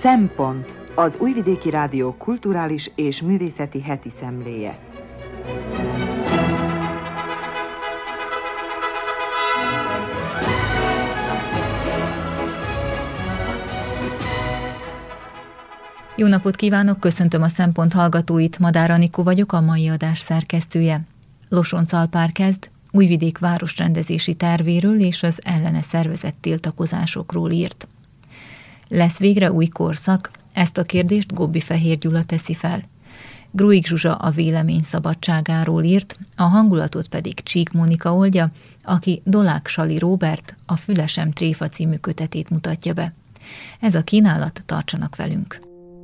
Szempont, az Újvidéki Rádió kulturális és művészeti heti szemléje. Jó napot kívánok, köszöntöm a Szempont hallgatóit, Madár Anikó vagyok, a mai adás szerkesztője. Losonc-Alpár kezd, Újvidék városrendezési tervéről és az ellene szervezett tiltakozásokról írt. Lesz végre új korszak? Ezt a kérdést Gobbi Fehér Gyula teszi fel. Gruig Zsuzsa a vélemény szabadságáról írt, a hangulatot pedig Csík Mónika oldja, aki Dolák Sali Róbert a Fülesem tréfa című kötetét mutatja be. Ez a kínálat, tartsanak velünk!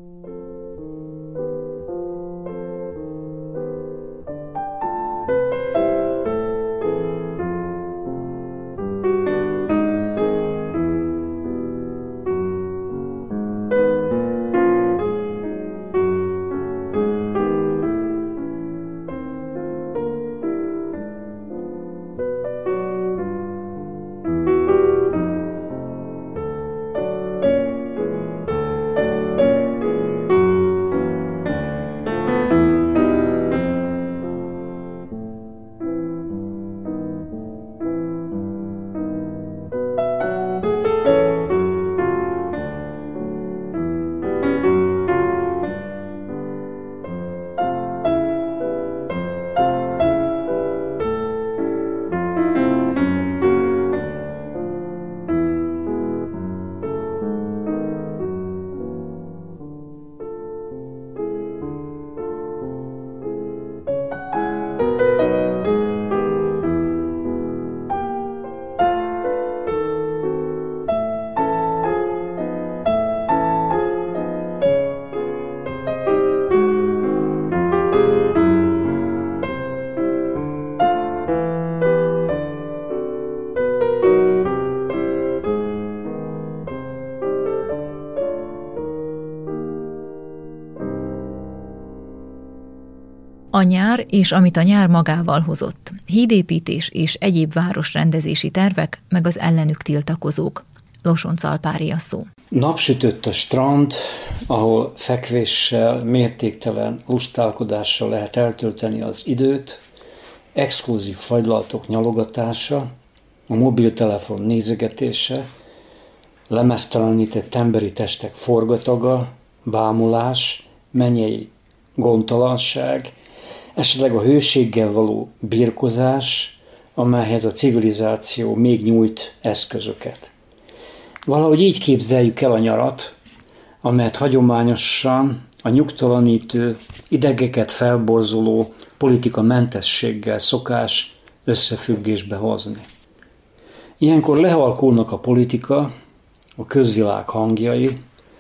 A nyár és amit a nyár magával hozott, hídépítés és egyéb városrendezési tervek, meg az ellenük tiltakozók. Losonc-Alpári a szó. Napsütött a strand, ahol fekvéssel, mértéktelen lustálkodással lehet eltölteni az időt, exkluzív fagylaltok nyalogatása, a mobiltelefon nézegetése, lemeztelenített emberi testek forgataga, bámulás, mennyei gondtalanság, esetleg a hőséggel való birkozás, amelyhez a civilizáció még nyújt eszközöket. Valahogy így képzeljük el a nyarat, amelyet hagyományosan a nyugtalanítő, idegeket felborzoló politikamentességgel szokás összefüggésbe hozni. Ilyenkor lehalkulnak a politika, a közvilág hangjai,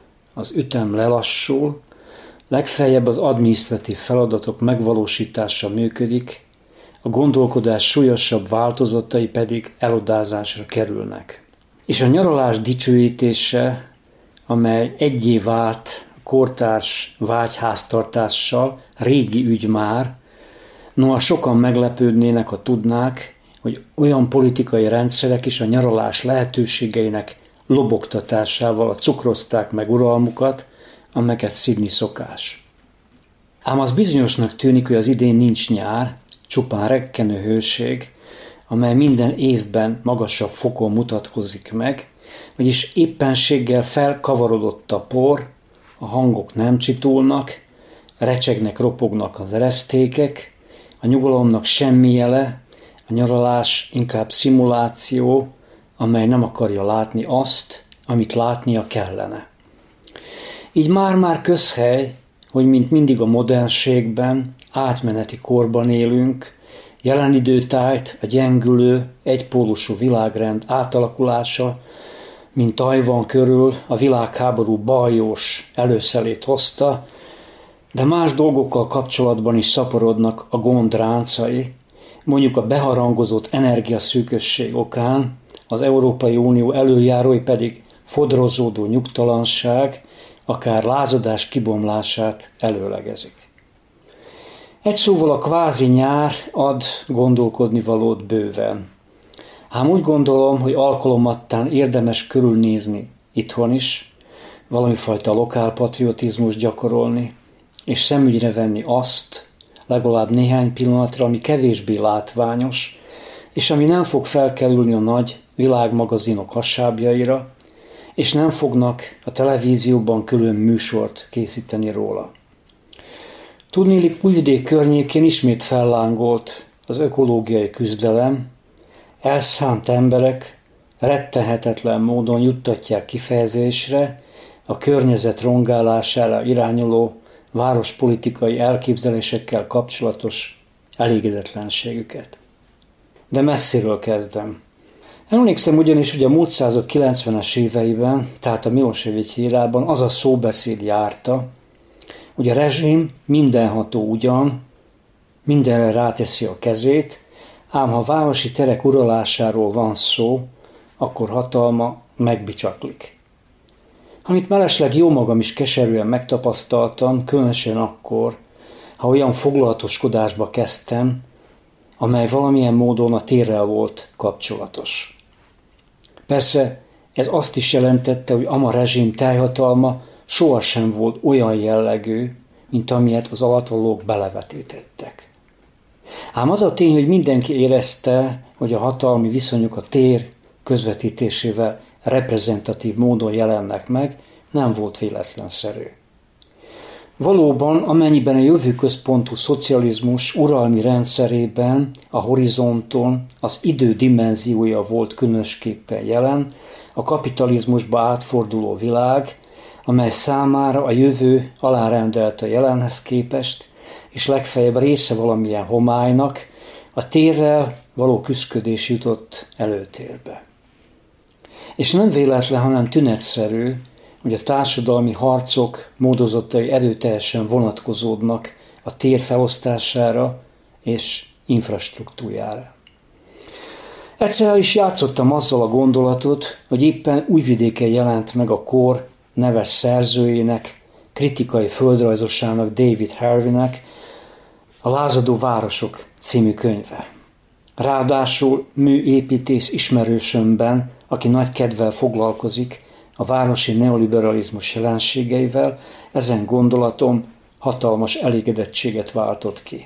az ütem lelassul, legfeljebb az adminisztratív feladatok megvalósítása működik, a gondolkodás súlyosabb változatai pedig elodázásra kerülnek. És a nyaralás dicsőítése, amely egyé vált kortárs vágyháztartással, régi ügy már, noha sokan meglepődnének, ha tudnák, hogy olyan politikai rendszerek is a nyaralás lehetőségeinek lobogtatásával cukrozták meg uralmukat, amelyeket szidni szokás. Ám az bizonyosnak tűnik, hogy az idén nincs nyár, csupán rekkenő hőség, amely minden évben magasabb fokon mutatkozik meg, vagyis éppenséggel felkavarodott a por, a hangok nem csitulnak, recsegnek, ropognak az eresztékek, a nyugalomnak semmi jele, a nyaralás inkább szimuláció, amely nem akarja látni azt, amit látnia kellene. Így már-már közhely, hogy mint mindig a modernségben, átmeneti korban élünk, jelen időtájt a gyengülő, egypólusú világrend átalakulása, mint Tajvan körül a világháború bajós előszelét hozta, de más dolgokkal kapcsolatban is szaporodnak a gond ráncai, mondjuk a beharangozott energiaszűkösség okán, az Európai Unió előjárói pedig fodrozódó nyugtalanság, akár lázadás kibomlását előlegezik. Egy szóval a kvázi nyár ad gondolkodnivalót bőven. Ám úgy gondolom, hogy alkalomattán érdemes körülnézni itthon is, valamifajta lokálpatriotizmus gyakorolni, és szemügyre venni azt, legalább néhány pillanatra, ami kevésbé látványos, és ami nem fog felkerülni a nagy világmagazinok hasábjaira, és nem fognak a televízióban külön műsort készíteni róla. Tudniillik, Újvidék környékén ismét fellángolt az ökológiai küzdelem, elszánt emberek rettenhetetlen módon juttatják kifejezésre a környezet rongálására irányuló várospolitikai elképzelésekkel kapcsolatos elégedetlenségüket. De messziről kezdem. Emlékszem ugyanis, hogy a múlt század 90-es éveiben, tehát a Milosevic érában az a szóbeszéd járta, hogy a rezsim mindenható ugyan, mindenre ráteszi a kezét, ám ha városi terek uralásáról van szó, akkor hatalma megbicsaklik. Amit mellesleg jó magam is keserűen megtapasztaltam, különösen akkor, ha olyan foglalatoskodásba kezdtem, amely valamilyen módon a térrel volt kapcsolatos. Persze ez azt is jelentette, hogy ama rezsim teljhatalma sohasem volt olyan jellegű, mint amilyet az alattvalók belevetítettek. Ám az a tény, hogy mindenki érezte, hogy a hatalmi viszonyok a tér közvetítésével reprezentatív módon jelennek meg, nem volt véletlenszerű. Valóban, amennyiben a jövőközpontú szocializmus uralmi rendszerében a horizonton az idő dimenziója volt különösképpen jelen, a kapitalizmusba átforduló világ, amely számára a jövő alárendelt a jelenhez képest, és legfeljebb része valamilyen homálynak, a térrel való küszködés jutott előtérbe. És nem véletlen, hanem tünetszerű, hogy a társadalmi harcok módozatai erőteljesen vonatkozódnak a tér felosztására és infrastruktúrájára. Egyszer el is játszottam azzal a gondolatot, hogy éppen Újvidéken jelent meg a kor neves szerzőjének, kritikai földrajzosának, David Harveynek a Lázadó városok című könyve. Ráadásul műépítész ismerősömben, aki nagy kedvel foglalkozik a városi neoliberalizmus jelenségeivel, ezen gondolatom hatalmas elégedettséget váltott ki.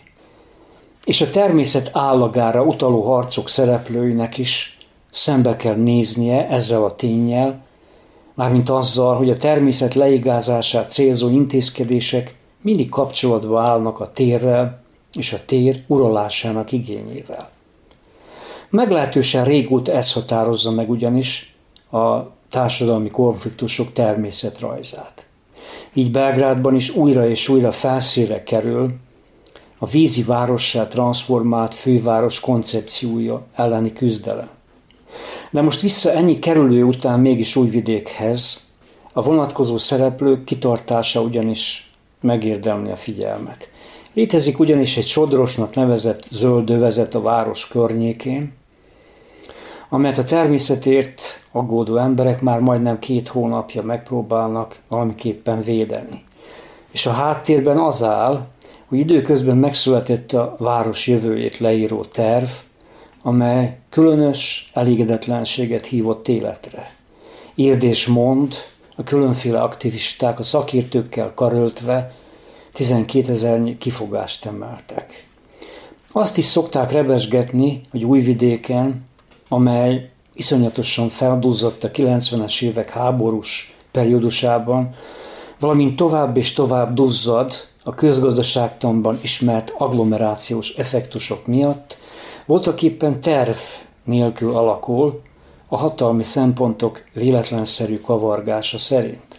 És a természet állagára utaló harcok szereplőinek is szembe kell néznie ezzel a ténnyel, mármint azzal, hogy a természet leigázását célzó intézkedések mindig kapcsolatba állnak a térrel és a tér uralásának igényével. Meglehetősen régóta ez határozza meg ugyanis a társadalmi konfliktusok természetrajzát. Így Belgrádban is újra és újra felszínre kerül a vízi várossá transformált főváros koncepciója elleni küzdelem. De most vissza ennyi kerülő után mégis Újvidékhez, a vonatkozó szereplők kitartása ugyanis megérdemli a figyelmet. Létezik ugyanis egy sodrosnak nevezett zöld övezet a város környékén, amelyet a természetért aggódó emberek már majdnem 2 hónapja megpróbálnak valamiképpen védeni. És a háttérben az áll, hogy időközben megszületett a város jövőjét leíró terv, amely különös elégedetlenséget hívott életre. Írd és mond, a különféle aktivisták a szakértőkkel karöltve 12 000 kifogást emeltek. Azt is szokták rebesgetni, hogy Újvidéken, amely iszonyatosan felduzzadt a 90-es évek háborús periódusában, valamint tovább és tovább duzzad a közgazdaságtanban ismert agglomerációs effektusok miatt, voltaképpen terv nélkül alakul a hatalmi szempontok véletlenszerű kavargása szerint.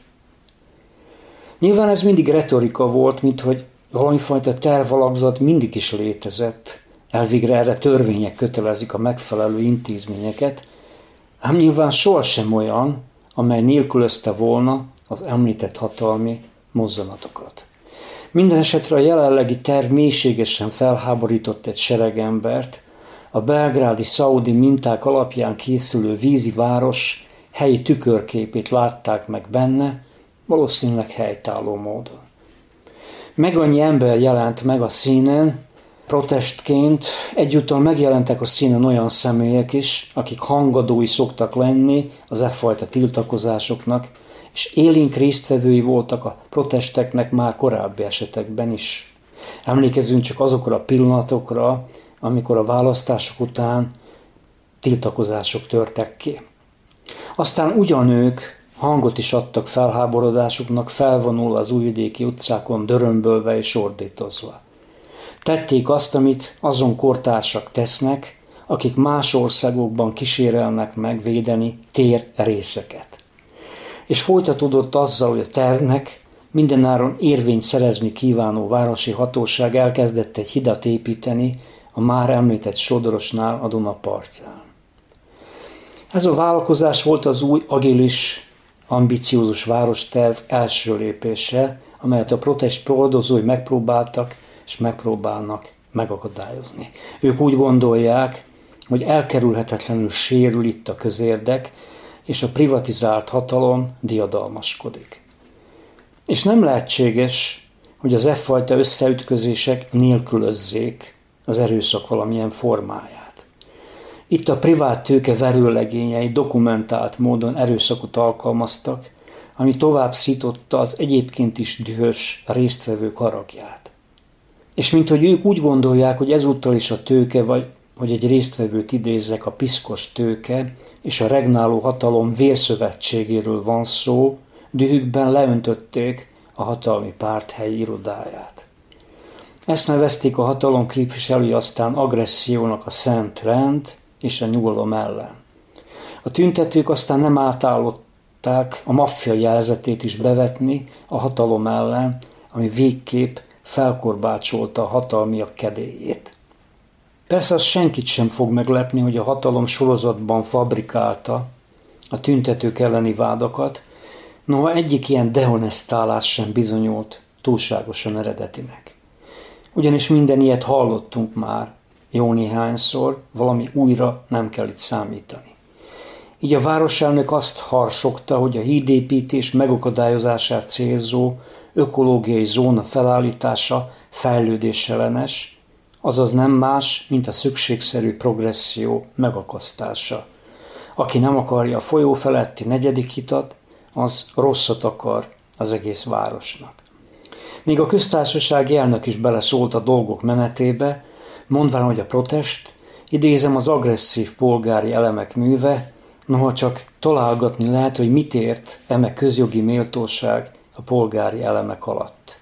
Nyilván ez mindig retorika volt, mint hogy valamifajta tervalakzat mindig is létezett, elvégre erre törvények kötelezik a megfelelő intézményeket, ám nyilván sohasem olyan, amely nélkülözte volna az említett hatalmi mozzanatokat. Minden esetre a jelenlegi terv mélységesen felháborított egy sereg embert, a belgrádi szaudi minták alapján készülő vízi város helyi tükörképét látták meg benne, valószínűleg helytálló módon. Meg annyi ember jelent meg a színen, protestként, egyúttal megjelentek a színen olyan személyek is, akik hangadói szoktak lenni az e fajta tiltakozásoknak, és élénk résztvevői voltak a protesteknek már korábbi esetekben is. Emlékezzünk csak azokra a pillanatokra, amikor a választások után tiltakozások törtek ki. Aztán ugyanők hangot is adtak felháborodásuknak, felvonulva az újvidéki utcákon, dörömbölve és ordítozva. Tették azt, amit azon kortársak tesznek, akik más országokban kísérelnek meg védeni térrészeket. És folytatódott azzal, hogy a tervnek mindenáron érvényt szerezni kívánó városi hatóság elkezdett egy hidat építeni a már említett Sodrosnál a Duna partján. Ez a vállalkozás volt az új, agilis, ambiciózus városterv első lépése, amelyet a protest hordozói megpróbáltak és megpróbálnak megakadályozni. Ők úgy gondolják, hogy elkerülhetetlenül sérül itt a közérdek, és a privatizált hatalom diadalmaskodik. És nem lehetséges, hogy az fajta összeütközések nélkülözzék az erőszak valamilyen formáját. Itt a privát tőke verőlegényei dokumentált módon erőszakot alkalmaztak, ami tovább szította az egyébként is dühös résztvevők haragját. És minthogy ők úgy gondolják, hogy ezúttal is a tőke, vagy hogy egy résztvevőt idézzek, a piszkos tőke és a regnáló hatalom vérszövetségéről van szó, dühükben leöntötték a hatalmi párt helyi irodáját. Ezt nevezték a hatalom képviselői aztán agressziónak a szent rend és a nyugalom ellen. A tüntetők aztán nem átállották a maffia jelzetét is bevetni a hatalom ellen, ami végképp felkorbácsolta a hatalmiak kedélyét. Persze az senkit sem fog meglepni, hogy a hatalom sorozatban fabrikálta a tüntetők elleni vádakat, noha egyik ilyen dehonestálás sem bizonyult túlságosan eredetinek. Ugyanis minden ilyet hallottunk már jó néhányszor, valami újra nem kell itt számítani. Így a városelnök azt harsogta, hogy a hídépítés megakadályozását célzó ökológiai zóna felállítása fejlődésellenes, azaz nem más, mint a szükségszerű progresszió megakasztása. Aki nem akarja a folyó feletti negyedik hitat, az rosszat akar az egész városnak. Még a köztársasági elnök is beleszólt a dolgok menetébe, mondván, hogy a protest, idézem, az agresszív polgári elemek műve, noha csak találgatni lehet, hogy mit ért eme közjogi méltóság a polgári elemek alatt.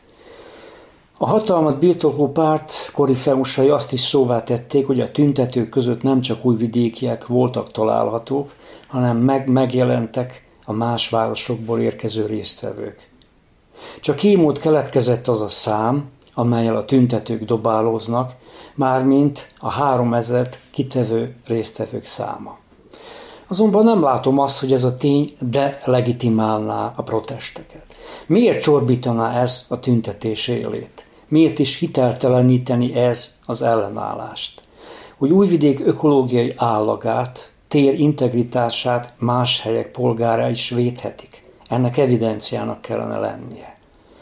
A hatalmat birtokló párt korifeusai azt is szóvá tették, hogy a tüntetők között nem csak újvidékiek voltak találhatók, hanem megjelentek a más városokból érkező résztvevők. Csak így mód keletkezett az a szám, amellyel a tüntetők dobálóznak, mármint a 3000 kitevő résztvevők száma. Azonban nem látom azt, hogy ez a tény delegitimálná a protesteket. Miért csorbítaná ez a tüntetés élét? Miért is hitelteleníteni ez az ellenállást? Hogy Újvidék ökológiai állagát, tér integritását más helyek polgára is védhetik. Ennek evidenciának kellene lennie.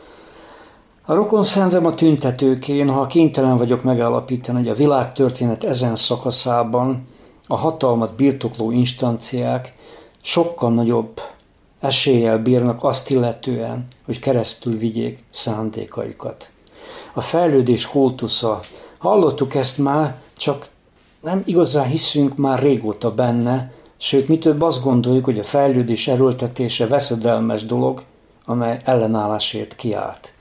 A rokon szenvem a tüntetőkén, ha kénytelen vagyok megállapítani, hogy a világtörténet ezen szakaszában a hatalmat birtokló instanciák sokkal nagyobb eséllyel bírnak azt illetően, hogy keresztül vigyék szándékaikat. A fejlődés kultusza. Hallottuk ezt már, csak nem igazán hiszünk már régóta benne, sőt, mi több azt gondoljuk, hogy a fejlődés erőltetése veszedelmes dolog, amely ellenállásért kiállt.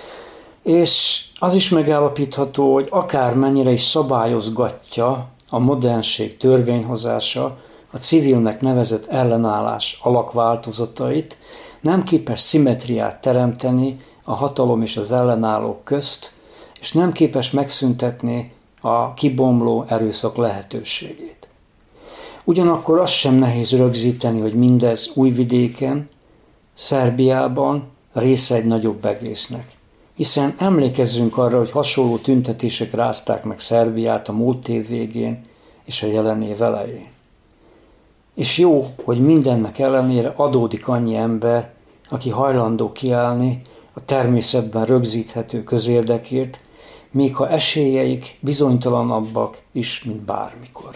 És az is megállapítható, hogy akármennyire is szabályozgatja a modernség törvényhozása a civilnek nevezett ellenállás alakváltozatait, nem képes szimmetriát teremteni a hatalom és az ellenállók közt, és nem képes megszüntetni a kibomló erőszak lehetőségét. Ugyanakkor azt sem nehéz rögzíteni, hogy mindez Újvidéken, Szerbiában része egy nagyobb egésznek. Hiszen emlékezzünk arra, hogy hasonló tüntetések rázták meg Szerbiát a múlt év végén és a jelen év elején. És jó, hogy mindennek ellenére adódik annyi ember, aki hajlandó kiállni a természetben rögzíthető közérdekért, még ha esélyeik bizonytalanabbak is, mint bármikor.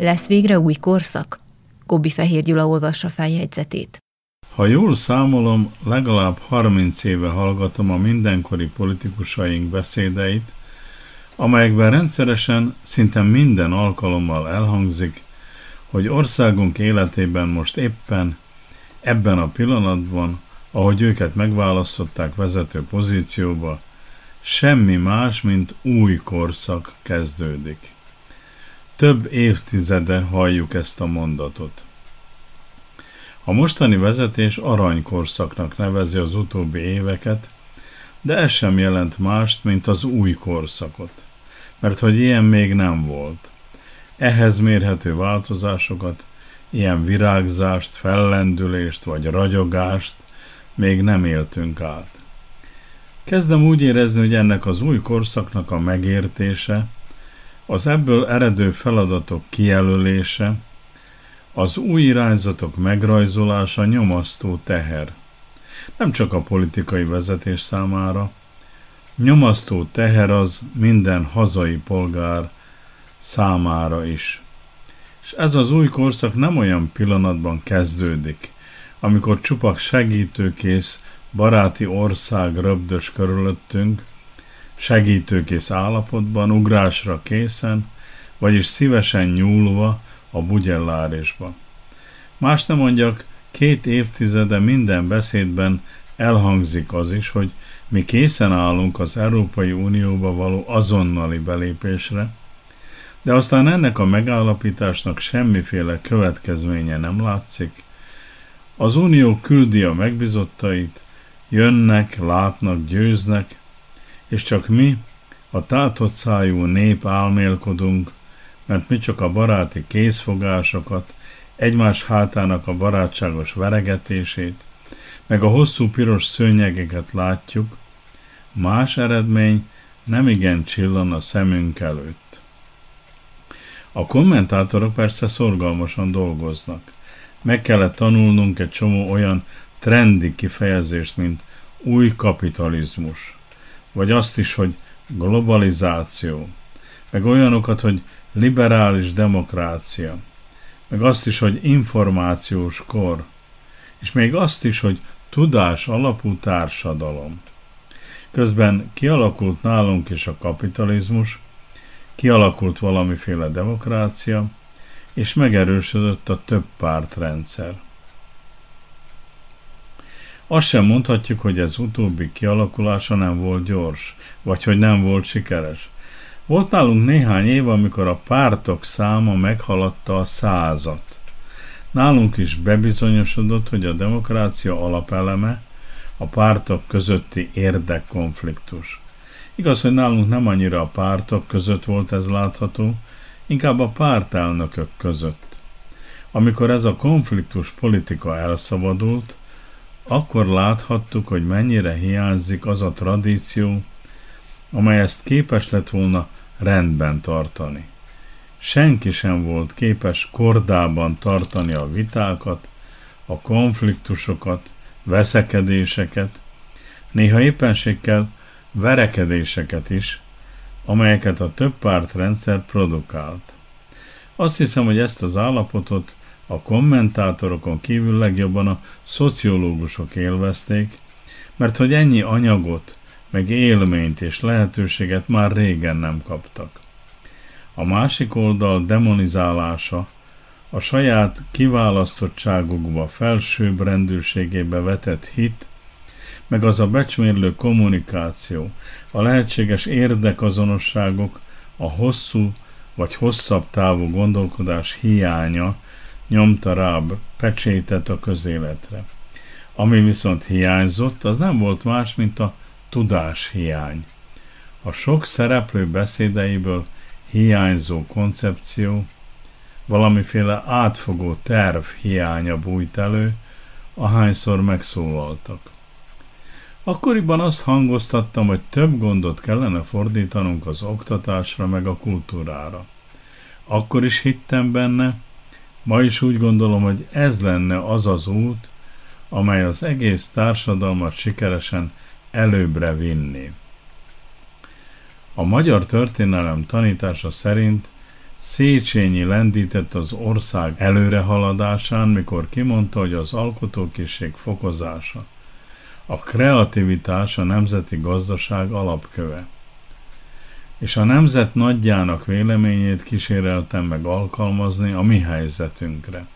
Lesz végre új korszak? Kobbi Fehér Gyula olvassa fel jegyzetét. Ha jól számolom, legalább 30 éve hallgatom a mindenkori politikusaink beszédeit, amelyekben rendszeresen, szinte minden alkalommal elhangzik, hogy országunk életében most éppen, ebben a pillanatban, ahogy őket megválasztották vezető pozícióba, semmi más, mint új korszak kezdődik. Több évtizede halljuk ezt a mondatot. A mostani vezetés aranykorszaknak nevezi az utóbbi éveket, de ez sem jelent mást, mint az új korszakot, mert hogy ilyen még nem volt. Ehhez mérhető változásokat, ilyen virágzást, fellendülést vagy ragyogást még nem éltünk át. Kezdem úgy érezni, hogy ennek az új korszaknak a megértése, az ebből eredő feladatok kijelölése, az új irányzatok megrajzolása nyomasztó teher. Nem csak a politikai vezetés számára, nyomasztó teher az minden hazai polgár számára is. És ez az új korszak nem olyan pillanatban kezdődik, amikor csupak segítőkész baráti ország röbdös körülöttünk, segítőkész állapotban, ugrásra készen, vagyis szívesen nyúlva a bugyellárésba. Más nem mondjak, 2 évtizede minden beszédben elhangzik az is, hogy mi készen állunk az Európai Unióba való azonnali belépésre, de aztán ennek a megállapításnak semmiféle következménye nem látszik. Az Unió küldi a megbizottait, jönnek, látnak, győznek, és csak mi, a tátott szájú nép álmélkodunk, mert mi csak a baráti készfogásokat, egymás hátának a barátságos veregetését, meg a hosszú piros szőnyegeket látjuk, más eredmény nemigen csillan a szemünk előtt. A kommentátorok persze szorgalmasan dolgoznak. Meg kellett tanulnunk egy csomó olyan trendi kifejezést, mint új kapitalizmus, vagy azt is, hogy globalizáció, meg olyanokat, hogy liberális demokrácia, meg azt is, hogy információs kor, és még azt is, hogy tudás alapú társadalom. Közben kialakult nálunk is a kapitalizmus, kialakult valamiféle demokrácia, és megerősödött a több pártrendszer. Azt sem mondhatjuk, hogy ez utóbbi kialakulása nem volt gyors, vagy hogy nem volt sikeres. Volt nálunk néhány év, amikor a pártok száma meghaladta a 100-at. Nálunk is bebizonyosodott, hogy a demokrácia alapeleme a pártok közötti érdekkonfliktus. Igaz, hogy nálunk nem annyira a pártok között volt ez látható, inkább a pártelnökök között. Amikor ez a konfliktus politika elszabadult, akkor láthattuk, hogy mennyire hiányzik az a tradíció, amely ezt képes lett volna rendben tartani. Senki sem volt képes kordában tartani a vitákat, a konfliktusokat, veszekedéseket, néha éppenséggel verekedéseket is, amelyeket a többpártrendszer produkált. Azt hiszem, hogy ezt az állapotot a kommentátorokon kívül legjobban a szociológusok élvezték, mert hogy ennyi anyagot, meg élményt és lehetőséget már régen nem kaptak. A másik oldal demonizálása, a saját kiválasztottságukba, felsőbbrendűségébe vetett hit, meg az a becsmérlő kommunikáció, a lehetséges érdekazonosságok, a hosszú vagy hosszabb távú gondolkodás hiánya nyomta rá pecsétet a közéletre. Ami viszont hiányzott, az nem volt más, mint a tudáshiány. A sok szereplő beszédeiből hiányzó koncepció, valamiféle átfogó terv hiánya bújt elő, ahányszor megszólaltak. Akkoriban azt hangoztattam, hogy több gondot kellene fordítanunk az oktatásra meg a kultúrára. Akkor is hittem benne, ma is úgy gondolom, hogy ez lenne az az út, amely az egész társadalmat sikeresen előbbre vinni. A magyar történelem tanítása szerint Széchenyi lendített az ország előrehaladásán, mikor kimondta, hogy az alkotókészség fokozása, a kreativitás a nemzeti gazdaság alapköve. És a nemzet nagyjának véleményét kíséreltem meg alkalmazni a mi helyzetünkre.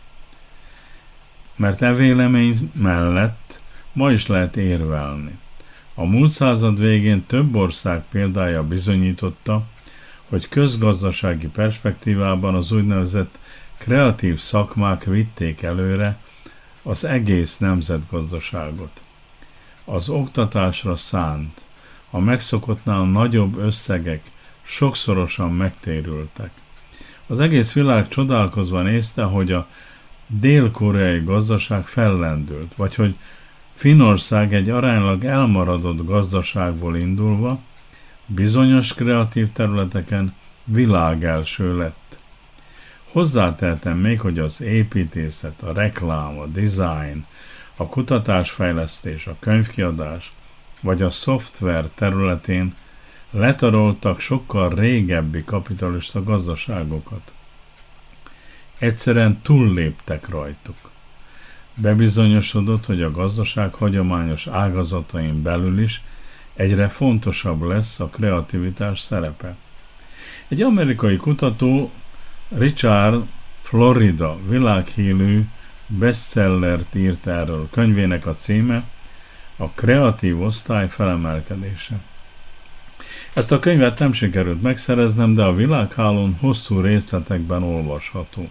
Mert e vélemény mellett ma is lehet érvelni. A múlt század végén több ország példája bizonyította, hogy közgazdasági perspektívában az úgynevezett kreatív szakmák vitték előre az egész nemzetgazdaságot. Az oktatásra szánt, a megszokottnál nagyobb összegek sokszorosan megtérültek. Az egész világ csodálkozva nézte, hogy a dél-koreai gazdaság fellendült, vagy hogy Finnország egy aránylag elmaradott gazdaságból indulva bizonyos kreatív területeken világelső lett. Hozzáteltem még, hogy az építészet, a reklám, a design, a kutatásfejlesztés, a könyvkiadás vagy a szoftver területén letaroltak sokkal régebbi kapitalista gazdaságokat. Egyszerűen túlléptek rajtuk. Bebizonyosodott, hogy a gazdaság hagyományos ágazatain belül is egyre fontosabb lesz a kreativitás szerepe. Egy amerikai kutató, Richard Florida világhírű bestsellert írt erről. Könyvének a címe a kreatív osztály felemelkedése. Ezt a könyvet nem sikerült megszereznem, de a világhálón hosszú részletekben olvasható.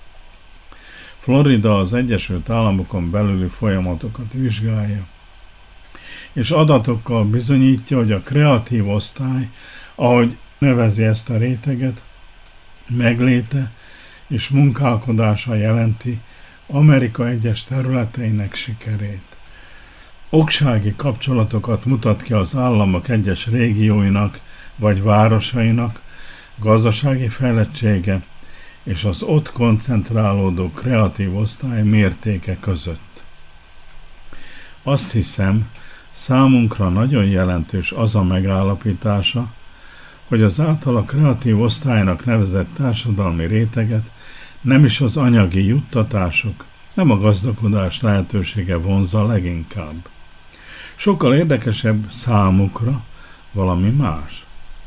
Florida az Egyesült Államokon belüli folyamatokat vizsgálja, és adatokkal bizonyítja, hogy a kreatív osztály, ahogy nevezi ezt a réteget, megléte és munkálkodása jelenti Amerika egyes területeinek sikerét. Oksági kapcsolatokat mutat ki az államok egyes régióinak vagy városainak gazdasági fejlettsége és az ott koncentrálódó kreatív osztály mértéke között. Azt hiszem, számunkra nagyon jelentős az a megállapítása, hogy az általa kreatív osztálynak nevezett társadalmi réteget nem is az anyagi juttatások, nem a gazdagodás lehetősége vonzza leginkább. Sokkal érdekesebb számukra valami más.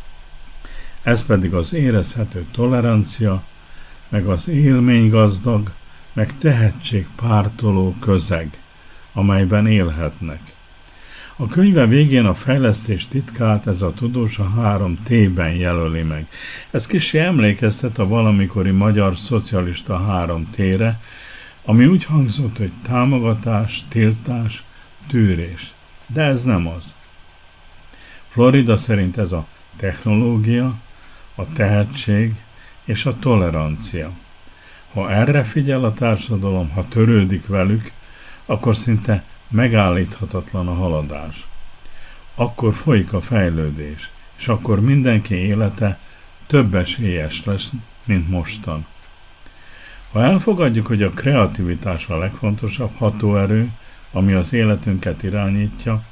Ez pedig az érezhető tolerancia, meg az élménygazdag, meg tehetségpártoló közeg, amelyben élhetnek. A könyve végén a fejlesztés titkát ez a tudós a 3 T-ben jelöli meg. Ez kissé emlékeztet a valamikori magyar szocialista 3 T-re, ami úgy hangzott, hogy támogatás, tiltás, tűrés. De ez nem az. Florida szerint ez a technológia, a tehetség és a tolerancia. Ha erre figyel a társadalom, ha törődik velük, akkor szinte megállíthatatlan a haladás. Akkor folyik a fejlődés, és akkor mindenki élete több esélyes lesz, mint mostan. Ha elfogadjuk, hogy a kreativitás a legfontosabb hatóerő, ami az életünket irányítja,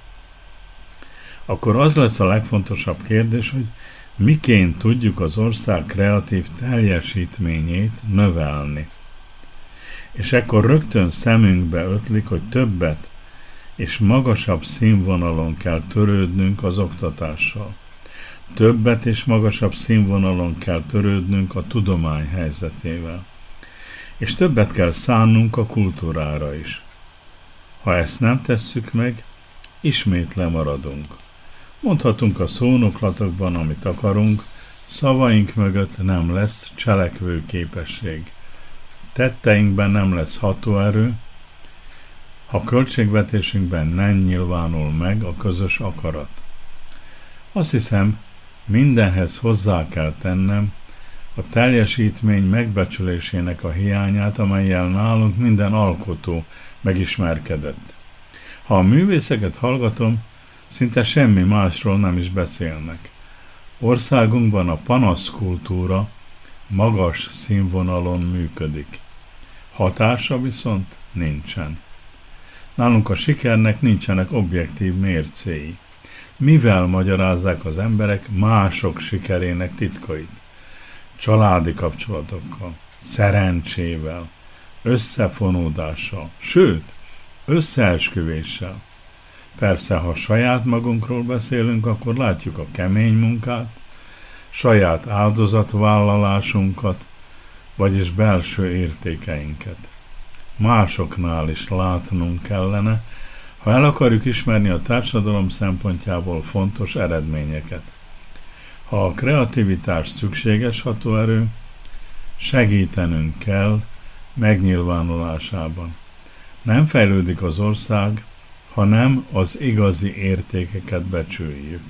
akkor az lesz a legfontosabb kérdés, hogy miként tudjuk az ország kreatív teljesítményét növelni. És ekkor rögtön szemünkbe ötlik, hogy többet és magasabb színvonalon kell törődnünk az oktatással. Többet és magasabb színvonalon kell törődnünk a tudomány helyzetével. És többet kell szánnunk a kultúrára is. Ha ezt nem tesszük meg, ismét lemaradunk. Mondhatunk a szónoklatokban, amit akarunk, szavaink mögött nem lesz cselekvő képesség. Tetteinkben nem lesz hatóerő, ha költségvetésünkben nem nyilvánul meg a közös akarat. Azt hiszem, mindenhez hozzá kell tennem a teljesítmény megbecsülésének a hiányát, amellyel nálunk minden alkotó megismerkedett. Ha a művészeket hallgatom, szinte semmi másról nem is beszélnek. Országunkban a panaszkultúra magas színvonalon működik. Hatása viszont nincsen. Nálunk a sikernek nincsenek objektív mércéi. Mivel magyarázzák az emberek mások sikerének titkait? családi kapcsolatokkal, szerencsével, összefonódással, sőt, összeesküvéssel. Persze, ha saját magunkról beszélünk, akkor látjuk a kemény munkát, saját áldozatvállalásunkat, vagyis belső értékeinket. Másoknál is látnunk kellene, ha el akarjuk ismerni a társadalom szempontjából fontos eredményeket. Ha a kreativitás szükséges hatóerő, segítenünk kell megnyilvánulásában. Nem fejlődik az ország, ha nem az igazi értékeket becsüljük.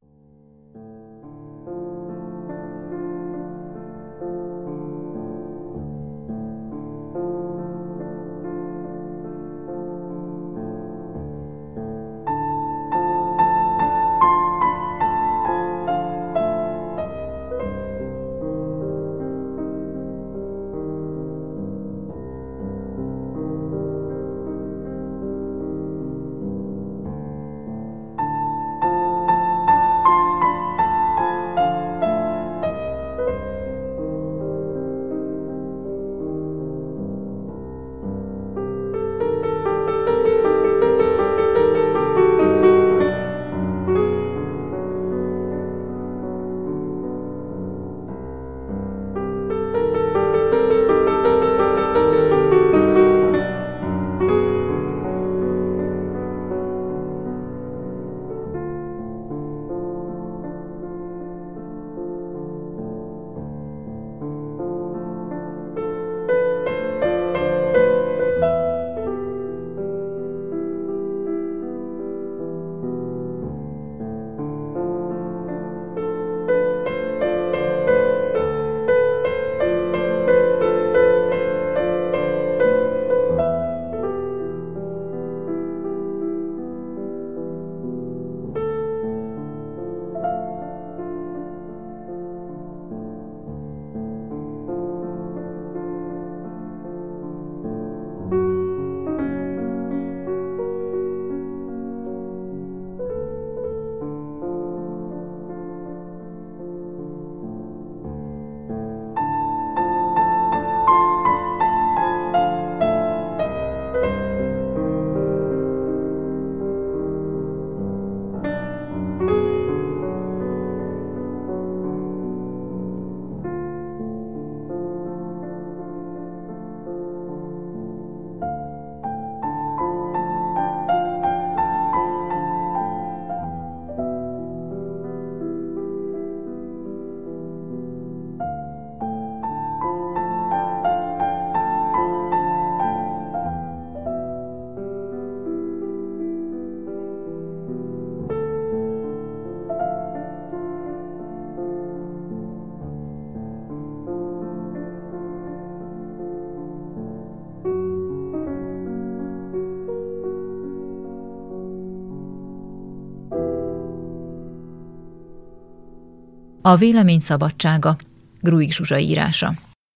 A vélemény szabadsága, Gruig Zsuzsa írása.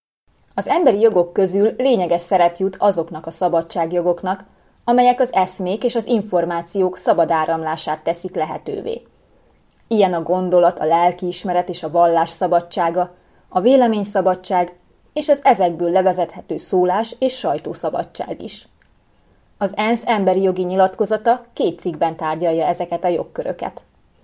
Az emberi jogok közül lényeges szerep jut azoknak a szabadságjogoknak, amelyek az eszmék és az információk szabad áramlását teszik lehetővé. Ilyen a gondolat, a lelkiismeret és a vallás szabadsága, a véleményszabadság és az ezekből levezethető szólás- és sajtószabadság is. Az ENSZ emberi jogi nyilatkozata 2 cikkben tárgyalja ezeket a jogköröket.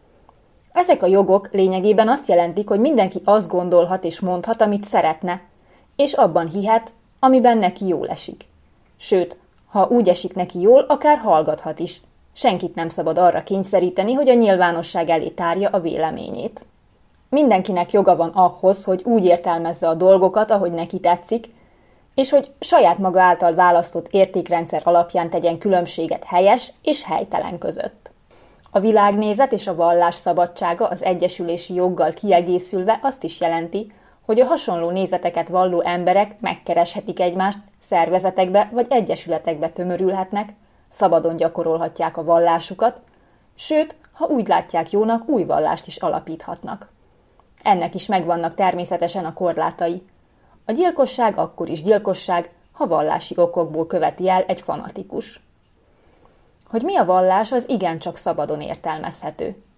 Ezek a jogok lényegében azt jelentik, hogy mindenki azt gondolhat és mondhat, amit szeretne, és abban hihet, amiben neki jól esik. Sőt, ha úgy esik neki jól, akár hallgathat is. Senkit nem szabad arra kényszeríteni, hogy a nyilvánosság elé tárja a véleményét. Mindenkinek joga van ahhoz, hogy úgy értelmezze a dolgokat, ahogy neki tetszik, és hogy saját maga által választott értékrendszer alapján tegyen különbséget helyes és helytelen között. A világnézet és a vallás szabadsága az egyesülési joggal kiegészülve azt is jelenti, hogy a hasonló nézeteket valló emberek megkereshetik egymást, szervezetekbe vagy egyesületekbe tömörülhetnek, szabadon gyakorolhatják a vallásukat, sőt, ha úgy látják jónak, új vallást is alapíthatnak. Ennek is megvannak természetesen a korlátai. A gyilkosság akkor is gyilkosság, ha vallási okokból követi el egy fanatikus. Hogy mi a vallás, az igencsak szabadon értelmezhető.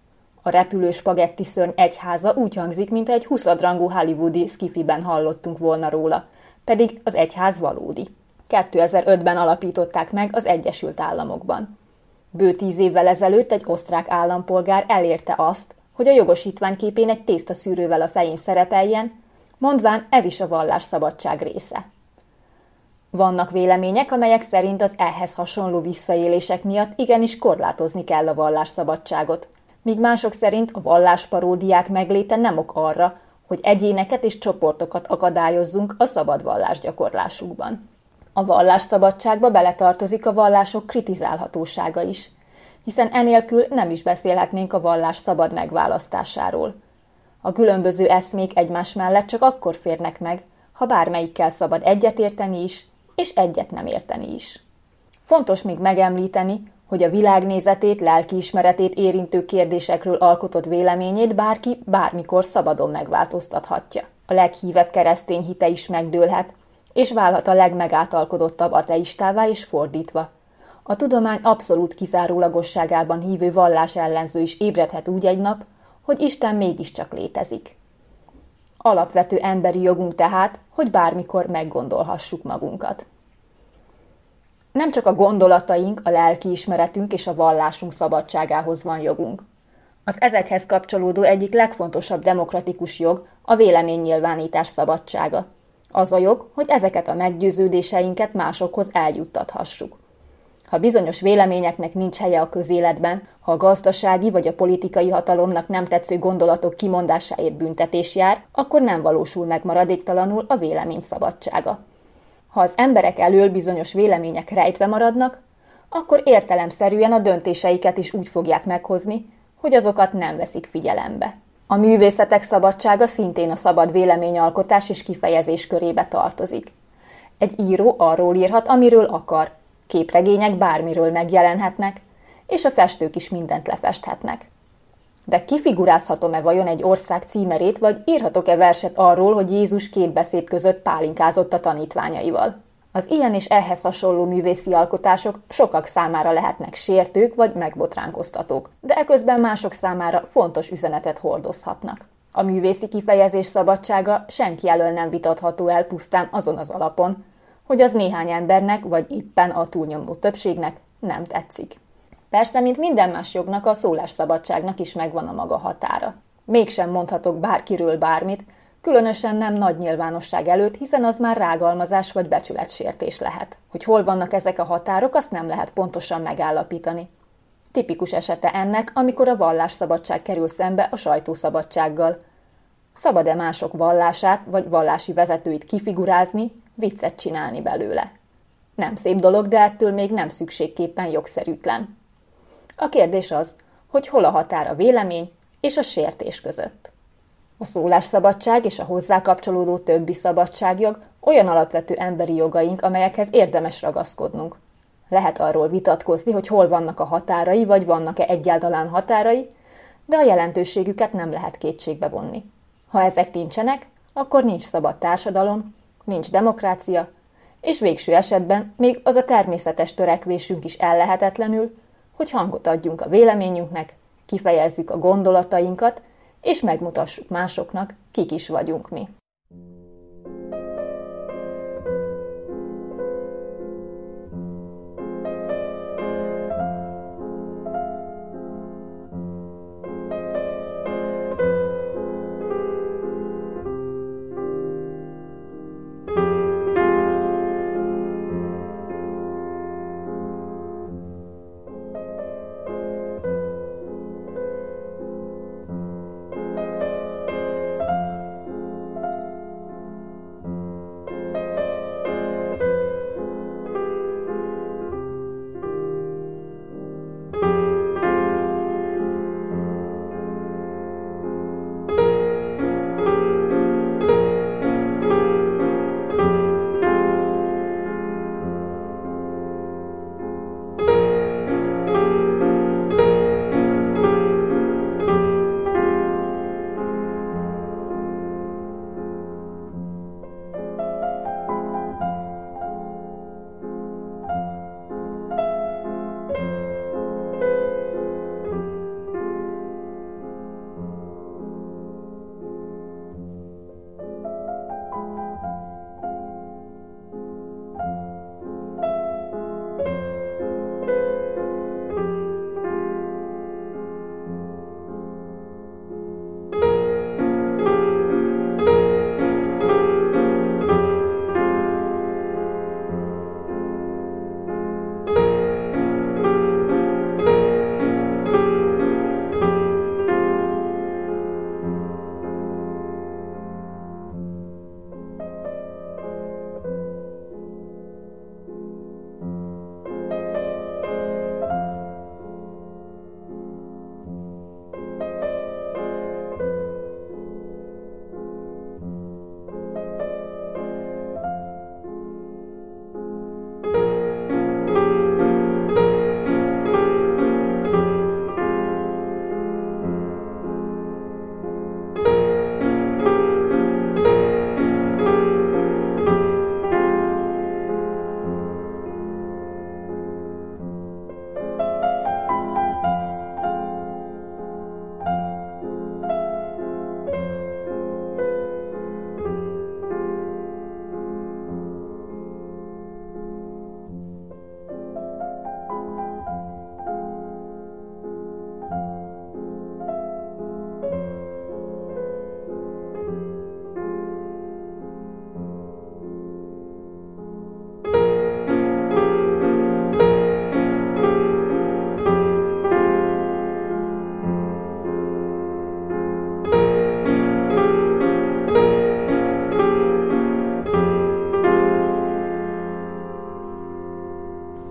A repülő spagetti szörny egyháza úgy hangzik, mintha egy 20-rangú hollywoodi skifiben hallottunk volna róla, pedig az egyház valódi. 2005-ben alapították meg az Egyesült Államokban. Bő 10 évvel ezelőtt egy osztrák állampolgár elérte azt, hogy a jogosítványképén egy tésztaszűrővel a fején szerepeljen, mondván ez is a vallásszabadság része. Vannak vélemények, amelyek szerint az ehhez hasonló visszaélések miatt igenis korlátozni kell a vallásszabadságot, míg mások szerint a vallásparódiák megléte nem ok arra, hogy egyéneket és csoportokat akadályozzunk a szabad vallásgyakorlásukban. A vallásszabadságba beletartozik a vallások kritizálhatósága is, hiszen enélkül nem is beszélhetnénk a vallás szabad megválasztásáról. A különböző eszmék egymás mellett csak akkor férnek meg, ha bármelyikkel szabad egyetérteni is, és egyet nem érteni is. Fontos még megemlíteni, hogy a világnézetét, lelkiismeretét érintő kérdésekről alkotott véleményét bárki bármikor szabadon megváltoztathatja. A leghívebb keresztény hite is megdőlhet, és válhat a legmegátalkodottabb ateistává és fordítva. A tudomány abszolút kizárólagosságában hívő vallásellenző is ébredhet úgy egy nap, hogy Isten mégiscsak létezik. Alapvető emberi jogunk tehát, hogy bármikor meggondolhassuk magunkat. Nem csak a gondolataink, a lelkiismeretünk és a vallásunk szabadságához van jogunk. Az ezekhez kapcsolódó egyik legfontosabb demokratikus jog a véleménynyilvánítás szabadsága. Az a jog, hogy ezeket a meggyőződéseinket másokhoz eljuttathassuk. Ha bizonyos véleményeknek nincs helye a közéletben, ha a gazdasági vagy a politikai hatalomnak nem tetsző gondolatok kimondásáért büntetés jár, akkor nem valósul meg maradéktalanul a vélemény szabadsága. Ha az emberek elől bizonyos vélemények rejtve maradnak, akkor értelemszerűen a döntéseiket is úgy fogják meghozni, hogy azokat nem veszik figyelembe. A művészetek szabadsága szintén a szabad véleményalkotás és kifejezés körébe tartozik. Egy író arról írhat, amiről akar, képregények bármiről megjelenhetnek, és a festők is mindent lefesthetnek. De kifigurázhatom-e vajon egy ország címerét, vagy írhatok-e verset arról, hogy Jézus két beszéd között pálinkázott a tanítványaival? Az ilyen és ehhez hasonló művészi alkotások sokak számára lehetnek sértők vagy megbotránkoztatók, de eközben mások számára fontos üzenetet hordozhatnak. A művészi kifejezés szabadsága senki elől nem vitatható el pusztán azon az alapon, hogy az néhány embernek, vagy éppen a túlnyomó többségnek nem tetszik. Persze, mint minden más jognak, a szólásszabadságnak is megvan a maga határa. Mégsem mondhatok bárkiről bármit, különösen nem nagy nyilvánosság előtt, hiszen az már rágalmazás vagy becsületsértés lehet. Hogy hol vannak ezek a határok, azt nem lehet pontosan megállapítani. Tipikus esete ennek, amikor a vallásszabadság kerül szembe a sajtószabadsággal. Szabad-e mások vallását vagy vallási vezetőit kifigurázni, viccet csinálni belőle? Nem szép dolog, de ettől még nem szükségképpen jogszerűtlen. A kérdés az, hogy hol a határ a vélemény és a sértés között. A szólásszabadság és a hozzá kapcsolódó többi szabadságjog olyan alapvető emberi jogaink, amelyekhez érdemes ragaszkodnunk. Lehet arról vitatkozni, hogy hol vannak a határai, vagy vannak-e egyáltalán határai, de a jelentőségüket nem lehet kétségbe vonni. Ha ezek nincsenek, akkor nincs szabad társadalom, nincs demokrácia, és végső esetben még az a természetes törekvésünk is ellehetetlenül, hogy hangot adjunk a véleményünknek, kifejezzük a gondolatainkat, és megmutassuk másoknak, kik is vagyunk mi.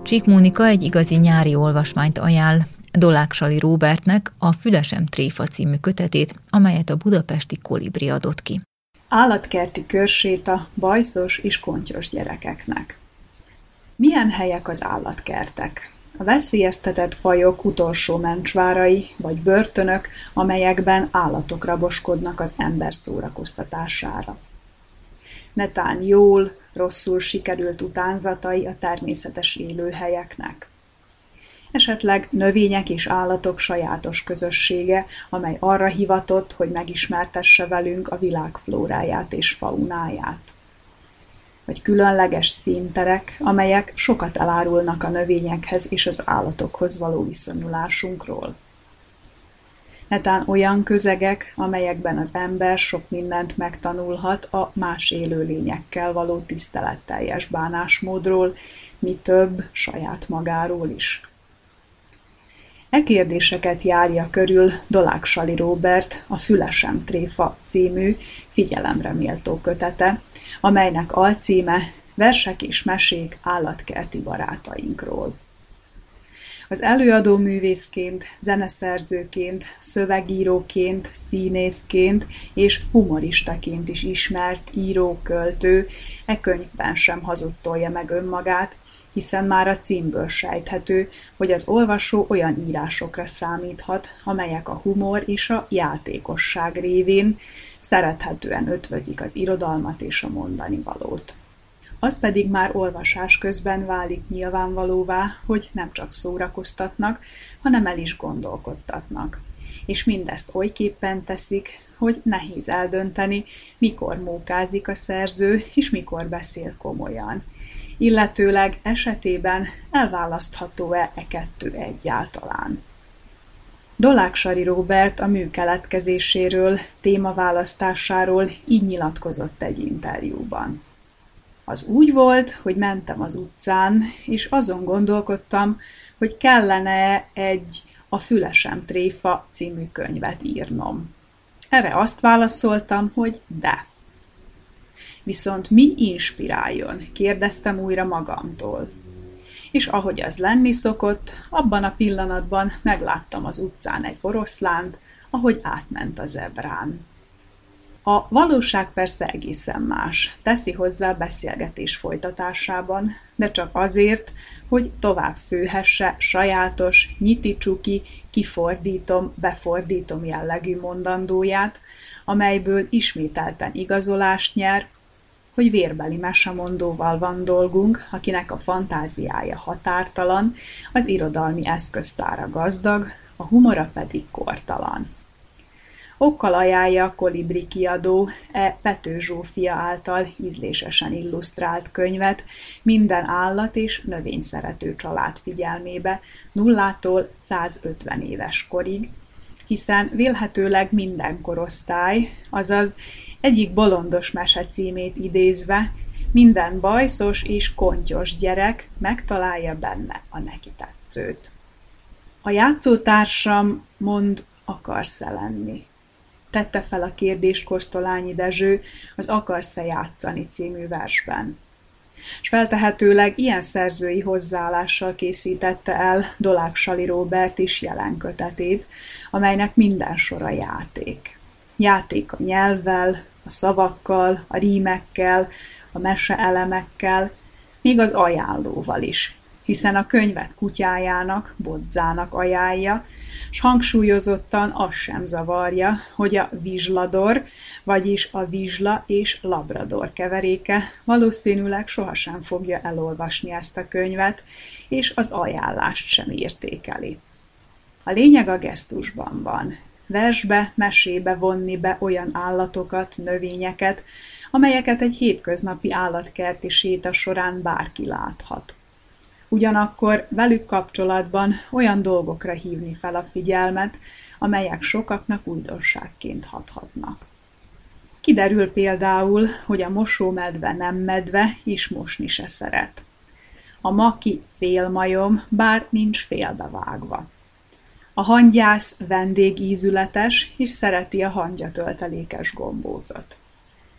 Csík Mónika egy igazi nyári olvasmányt ajánl Dolák Sali Róbertnek a Fülesem tréfa című kötetét, amelyet a budapesti Kolibri adott ki. Állatkerti körséta bajszos és kontyos gyerekeknek. Milyen helyek az állatkertek? A veszélyeztetett fajok utolsó mencsvárai vagy börtönök, amelyekben állatok raboskodnak az ember szórakoztatására. Netán jól, rosszul sikerült utánzatai a természetes élőhelyeknek. Esetleg növények és állatok sajátos közössége, amely arra hivatott, hogy megismertesse velünk a világ flóráját és faunáját. Vagy különleges színterek, amelyek sokat elárulnak a növényekhez és az állatokhoz való viszonyulásunkról. Netán olyan közegek, amelyekben az ember sok mindent megtanulhat a más élőlényekkel való tiszteletteljes bánásmódról, mi több, saját magáról is. E kérdéseket járja körül Dolák Sali Róbert a Fülesem tréfa című figyelemre méltó kötete, amelynek alcíme Versek és mesék állatkerti barátainkról. Az előadó művészként, zeneszerzőként, szövegíróként, színészként és humoristaként is ismert író-költő e könyvben sem hazudtolja meg önmagát, hiszen már a címből sejthető, hogy az olvasó olyan írásokra számíthat, amelyek a humor és a játékosság révén szerethetően ötvözik az irodalmat és a mondanivalót. Az pedig már olvasás közben válik nyilvánvalóvá, hogy nem csak szórakoztatnak, hanem el is gondolkodtatnak. És mindezt olyképpen teszik, hogy nehéz eldönteni, mikor mókázik a szerző, és mikor beszél komolyan. Illetőleg esetében elválasztható-e e kettő egyáltalán. Dolák Sali Róbert a mű keletkezéséről, témaválasztásáról így nyilatkozott egy interjúban. Az úgy volt, hogy mentem az utcán, és azon gondolkodtam, hogy kellene egy A Fülesem tréfa című könyvet írnom. Erre azt válaszoltam, hogy de. Viszont mi inspiráljon? Kérdeztem újra magamtól. És ahogy az lenni szokott, abban a pillanatban megláttam az utcán egy oroszlánt, ahogy átment a zebrán. A valóság persze egészen más, teszi hozzá a beszélgetés folytatásában, de csak azért, hogy tovább szőhesse sajátos, nyiti-csuki, kifordítom, befordítom jellegű mondandóját, amelyből ismételten igazolást nyer, hogy vérbeli mesemondóval van dolgunk, akinek a fantáziája határtalan, az irodalmi eszköztára gazdag, a humora pedig kortalan. Okkal ajánlja a Kolibri kiadó Pető Zsófia által ízlésesen illusztrált könyvet minden állat- és növényszerető család figyelmébe 0-tól 150 éves korig, hiszen vélhetőleg minden korosztály, azaz egyik bolondos mese címét idézve, minden bajszos és kontyos gyerek megtalálja benne a neki tetszőt. A játszótársam mond, akarsz-e lenni? Tette fel a kérdést Kosztolányi Dezső az Akarsz-e játszani című versben. S feltehetőleg ilyen szerzői hozzáállással készítette el Dolák Sali Róbert is jelen kötetét, amelynek minden sora játék. Játék a nyelvvel, a szavakkal, a rímekkel, a meseelemekkel, még az ajánlóval is, hiszen a könyvet kutyájának, Bodzának ajánlja, s hangsúlyozottan az sem zavarja, hogy a vizslador, vagyis a vizsla és labrador keveréke valószínűleg sohasem fogja elolvasni ezt a könyvet, és az ajánlást sem értékeli. A lényeg a gesztusban van. Versbe, mesébe vonni be olyan állatokat, növényeket, amelyeket egy hétköznapi állatkerti séta során bárki láthat. Ugyanakkor velük kapcsolatban olyan dolgokra hívni fel a figyelmet, amelyek sokaknak újdonságként hathatnak. Kiderül például, hogy a mosómedve nem medve, és mosni se szeret. A maki félmajom, bár nincs félbevágva. A hangyász vendégízületes, és szereti a hangyatöltelékes gombócot.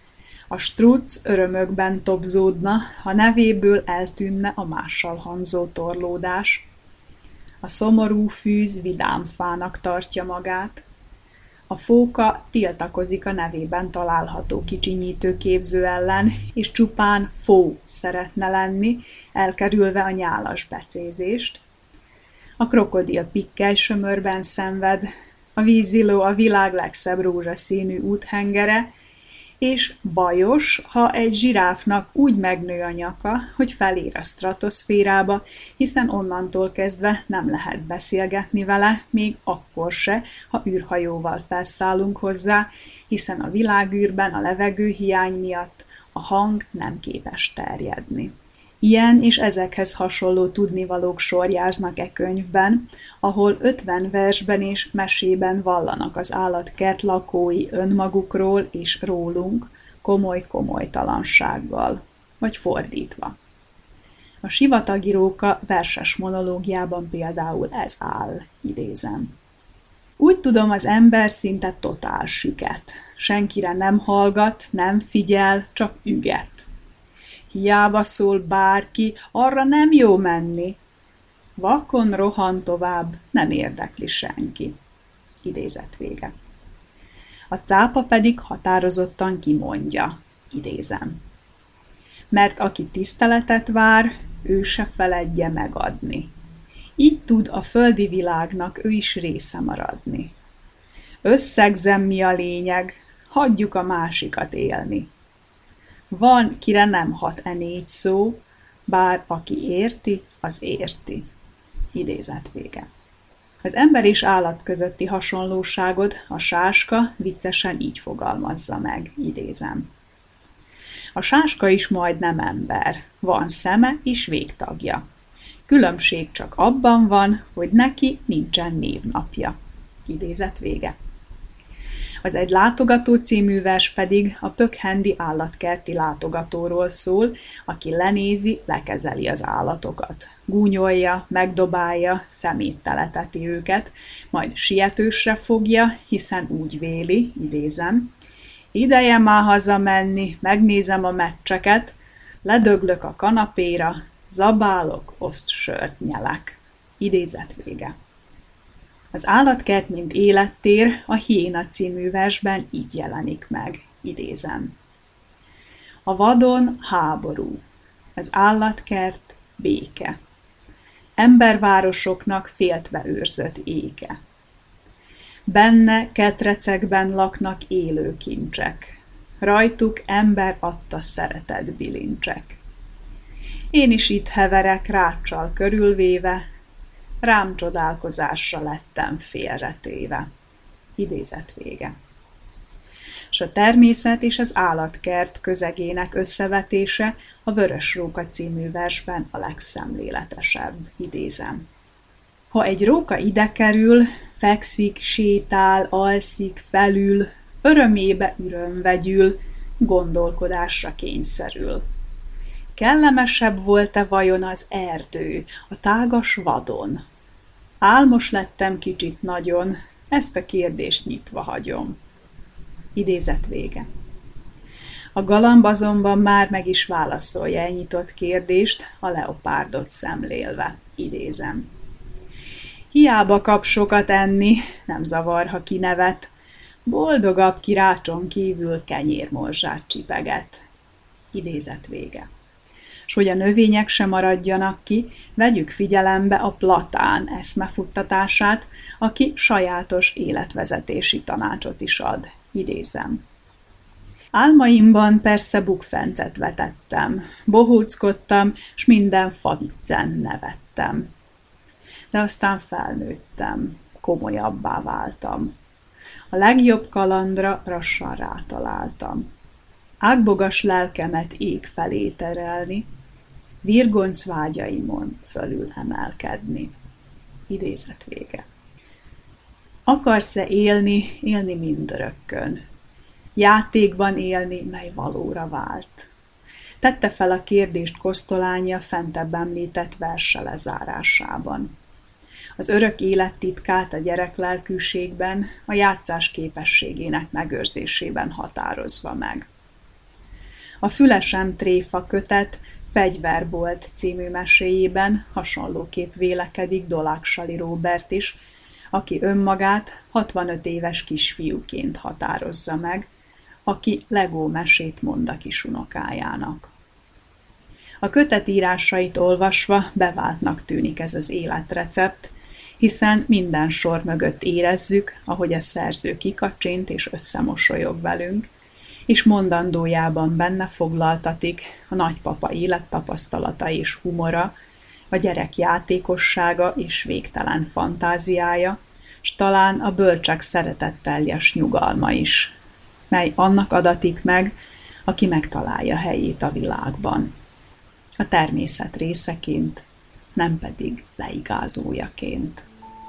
A struc örömökben tobzódna, ha nevéből eltűnne a mással hangzó torlódás. A szomorú fűz vidám fának tartja magát. A fóka tiltakozik a nevében található kicsinyítő képző ellen, és csupán fó szeretne lenni, elkerülve a nyálas becézést. A krokodil pikkely sömörben szenved, a víziló a világ legszebb rózsaszínű úthengere, és bajos, ha egy zsiráfnak úgy megnő a nyaka, hogy felér a stratoszférába, hiszen onnantól kezdve nem lehet beszélgetni vele, még akkor se, ha űrhajóval felszállunk hozzá, hiszen a világűrben a levegőhiány miatt a hang nem képes terjedni. Ilyen és ezekhez hasonló tudnivalók sorjáznak e könyvben, ahol 50 versben és mesében vallanak az állatkert lakói önmagukról és rólunk komoly-komolytalansággal, vagy fordítva. A sivatagi róka verses monológiában például ez áll, idézem. Úgy tudom, az ember szinte totál süket. Senkire nem hallgat, nem figyel, csak üget. Hiába szól bárki, arra nem jó menni. Vakon rohan tovább, nem érdekli senki. Idézet vége. A cápa pedig határozottan kimondja, idézem. Mert aki tiszteletet vár, ő se feledje megadni. Így tud a földi világnak ő is része maradni. Összegzem, mi a lényeg, hagyjuk a másikat élni. Van, kire nem hat e 4 szó, bár aki érti, az érti. Idézet vége. Az ember és állat közötti hasonlóságot a sáska viccesen így fogalmazza meg, idézem. A sáska is majdnem ember, van szeme és végtagja. Különbség csak abban van, hogy neki nincsen névnapja. Idézet vége. Az Egy látogató című vers pedig a pökhendi állatkerti látogatóról szól, aki lenézi, lekezeli az állatokat. Gúnyolja, megdobálja, szemétteleteti őket, majd sietősre fogja, hiszen úgy véli, idézem, ideje már hazamenni, megnézem a meccseket, ledöglök a kanapéra, zabálok, oszt sört nyelek. Idézet vége. Az állatkert, mint élettér a Hiéna című versben így jelenik meg, idézem. A vadon háború, az állatkert béke, embervárosoknak féltve őrzött éke. Benne ketrecekben laknak élő kincsek, rajtuk ember adta szeretet bilincsek. Én is itt heverek ráccsal körülvéve, rám csodálkozásra lettem félretéve. Idézet vége. És a természet és az állatkert közegének összevetése a Vörös róka című versben a legszemléletesebb, idézem. Ha egy róka ide kerül, fekszik, sétál, alszik, felül, örömébe üröm vegyül, gondolkodásra kényszerül. Kellemesebb volt-e vajon az erdő, a tágas vadon? Álmos lettem kicsit nagyon, ezt a kérdést nyitva hagyom. Idézet vége. A galamb azonban már meg is válaszolja e nyitott kérdést, a leopárdot szemlélve. Idézem. Hiába kap sokat enni, nem zavar, ha kinevet, boldogabb kirácson kívül kenyérmorzsát csipeget. Idézet vége. S hogy a növények se maradjanak ki, vegyük figyelembe a Platán eszmefuttatását, aki sajátos életvezetési tanácsot is ad. Idézem. Álmaimban persze bukfencet vetettem, bohóckodtam, s minden faviccen nevettem. De aztán felnőttem, komolyabbá váltam. A legjobb kalandra lassan rátaláltam. Ágbogas lelkemet ég felé terelni, virgonc vágyaimon fölül emelkedni. Idézet vége. Akarsz-e élni, élni mindörökkön? Játékban élni, mely valóra vált. Tette fel a kérdést Kosztolányi fentebb említett verse lezárásában. Az örök élet titkát a gyereklelkűségben, a játszás képességének megőrzésében határozva meg. A Fülesem tréfa kötet Fegyverbolt című meséjében hasonlóképp vélekedik Dolág-Sali Róbert is, aki önmagát 65 éves kisfiúként határozza meg, aki Legó mesét mond a kisunokájának. A kötet írásait olvasva beváltnak tűnik ez az életrecept, hiszen minden sor mögött érezzük, ahogy a szerző kikacsint és összemosolyog velünk, és mondandójában benne foglaltatik a nagypapa élettapasztalata és humora, a gyerek játékossága és végtelen fantáziája, s talán a bölcsek szeretetteljes nyugalma is, mely annak adatik meg, aki megtalálja helyét a világban. A természet részeként, nem pedig leigázójaként.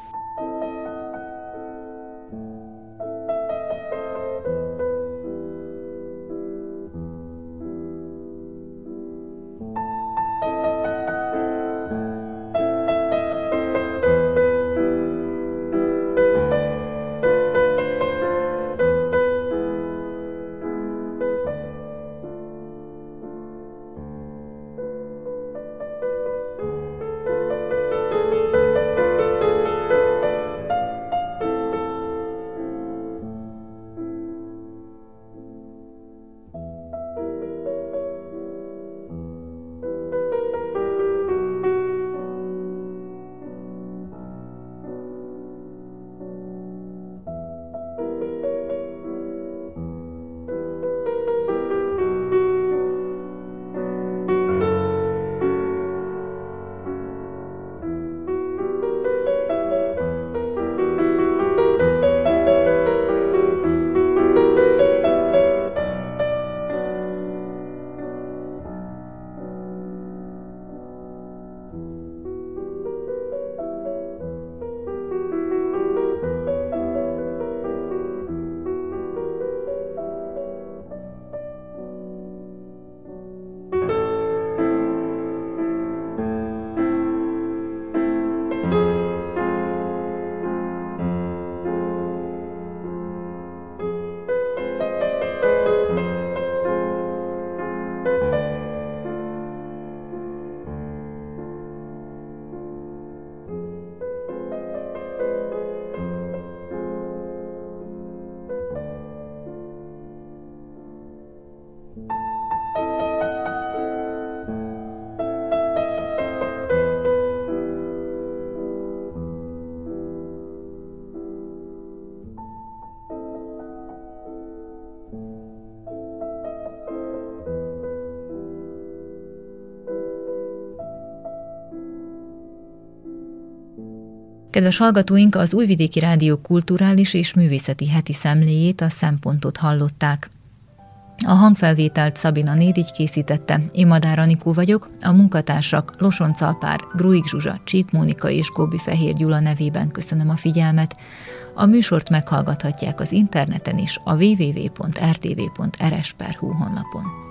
Kedves hallgatóink, az Újvidéki Rádió kulturális és művészeti heti szemléjét, a Szempontot hallották. A hangfelvételt Szabina Nédigy készítette, én Madár Anikó vagyok, a munkatársak Losonc Alpár, Gruig Zsuzsa, Csík Mónika és Góbi Fehér Gyula nevében köszönöm a figyelmet. A műsort meghallgathatják az interneten is, a www.rtv.rs.hu honlapon.